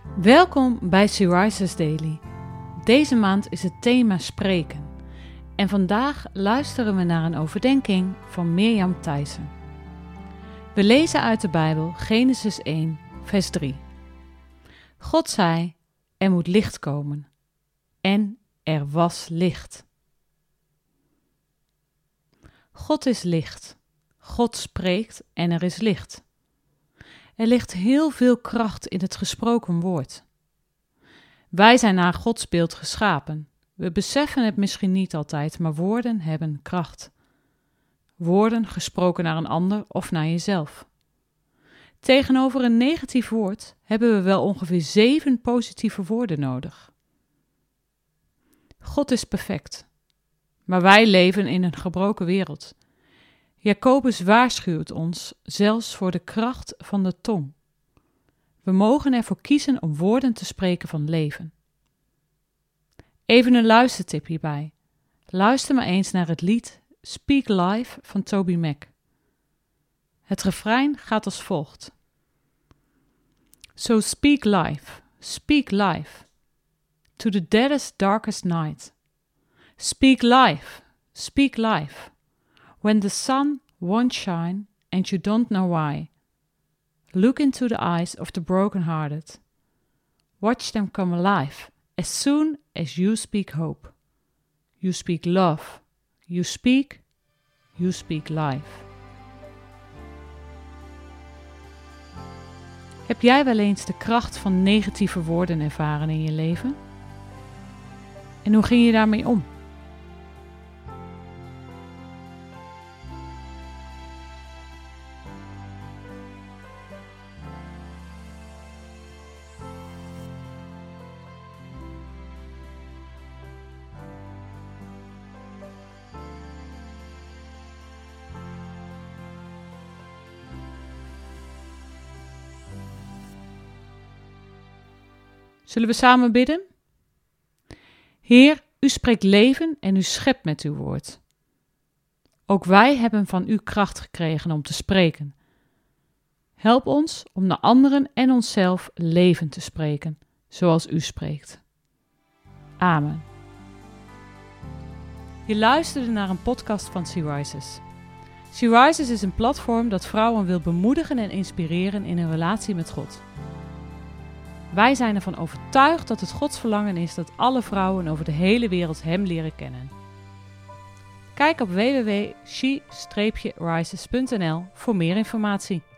Welkom bij Sea Rises Daily. Deze maand is het thema spreken. En vandaag luisteren we naar een overdenking van Mirjam Thijssen. We lezen uit de Bijbel Genesis 1, vers 3. God zei, er moet licht komen. En er was licht. God is licht. God spreekt en er is licht. Er ligt heel veel kracht in het gesproken woord. Wij zijn naar Gods beeld geschapen. We beseffen het misschien niet altijd, maar woorden hebben kracht. Woorden gesproken naar een ander of naar jezelf. Tegenover een negatief woord hebben we wel ongeveer 7 positieve woorden nodig. God is perfect, maar wij leven in een gebroken wereld. Jacobus waarschuwt ons zelfs voor de kracht van de tong. We mogen ervoor kiezen om woorden te spreken van leven. Even een luistertip hierbij. Luister maar eens naar het lied Speak Life van Toby Mac. Het refrein gaat als volgt. So speak life, to the deadest darkest night. Speak life, when the sun won't shine and you don't know why. Look into the eyes of the broken-hearted. Watch them come alive as soon as you speak hope. You speak love. You speak life. Heb jij wel eens de kracht van negatieve woorden ervaren in je leven? En hoe ging je daarmee om? Zullen we samen bidden? Heer, u spreekt leven en u schept met uw woord. Ook wij hebben van u kracht gekregen om te spreken. Help ons om naar anderen en onszelf leven te spreken, zoals u spreekt. Amen. Je luisterde naar een podcast van Sea Rises. Sea Rises is een platform dat vrouwen wil bemoedigen en inspireren in hun relatie met God. Wij zijn ervan overtuigd dat het Gods verlangen is dat alle vrouwen over de hele wereld Hem leren kennen. Kijk op www.she-rises.nl voor meer informatie.